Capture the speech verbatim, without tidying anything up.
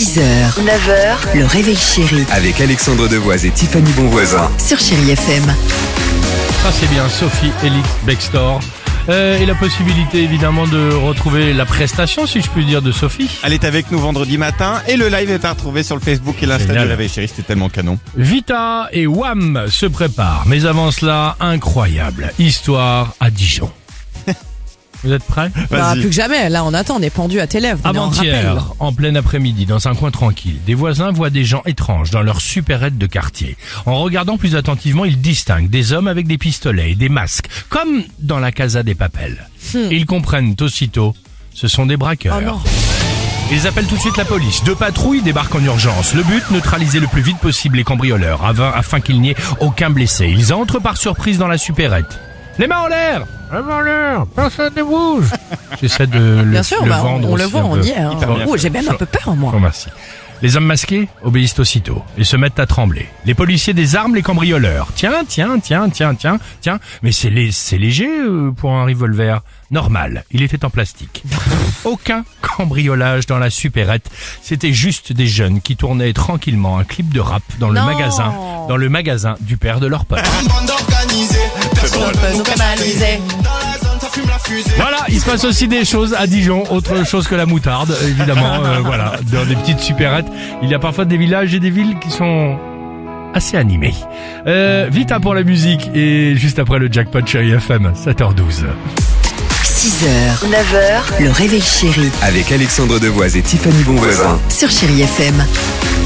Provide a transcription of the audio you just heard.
six heures, neuf heures, le réveil chéri Avec Alexandre Devoise et Tiffany Bonvoisin. sur Chéri F M. Ça c'est bien, Sophie Elix Bextor. Euh, et la possibilité évidemment de retrouver la prestation, si je puis dire, de Sophie. Elle est avec nous vendredi matin et le live est à retrouver sur le Facebook et l'Insta Génial. de Réveil Chéri, c'était tellement canon. Vita et Wham se préparent, mais avant cela, incroyable histoire à Dijon. Vous êtes prêts? Bah, Vas-y. plus que jamais, là on attend, on est pendu à tes lèvres. on est en rappel. Avant-hier, en plein après-midi, dans un coin tranquille, des voisins voient des gens étranges dans leur supérette de quartier. En regardant plus attentivement, ils distinguent des hommes avec des pistolets et des masques, comme dans la Casa des Papels. Et ils comprennent aussitôt, ce sont des braqueurs. Oh non. Ils appellent tout de suite la police. Deux patrouilles débarquent en urgence. Le but, neutraliser le plus vite possible les cambrioleurs, afin, afin qu'il n'y ait aucun blessé. Ils entrent par surprise dans la supérette. Les mains en l'air! Les mains en l'air! Personne ne bouge! J'essaie de le, Bien sûr, le bah, vendre on, on le aussi voit, un on peu. y est. Hein. Hyper bien Oh, fait. j'ai même un peu peur, moi. Oh, merci. Les hommes masqués obéissent aussitôt et se mettent à trembler. Les policiers désarment les cambrioleurs. Tiens, tiens, tiens, tiens, tiens, tiens. Mais c'est lé- c'est léger euh, pour un revolver. Normal, il était en plastique. Aucun cambriolage dans la supérette. C'était juste des jeunes qui tournaient tranquillement un clip de rap dans le Non. magasin, dans le magasin du père de leur pote. On peut nous canaliser. Voilà, il se passe aussi des choses à Dijon, autre chose que la moutarde, évidemment. euh, voilà, dans des petites supérettes, il y a parfois des villages et des villes qui sont assez animés. Euh, Vita pour la musique et juste après le jackpot Chéri F M, sept heures douze. six heures, neuf heures, le réveil chéri Avec Alexandre Devoise et Tiffany Bonvoisin. sur Chéri F M.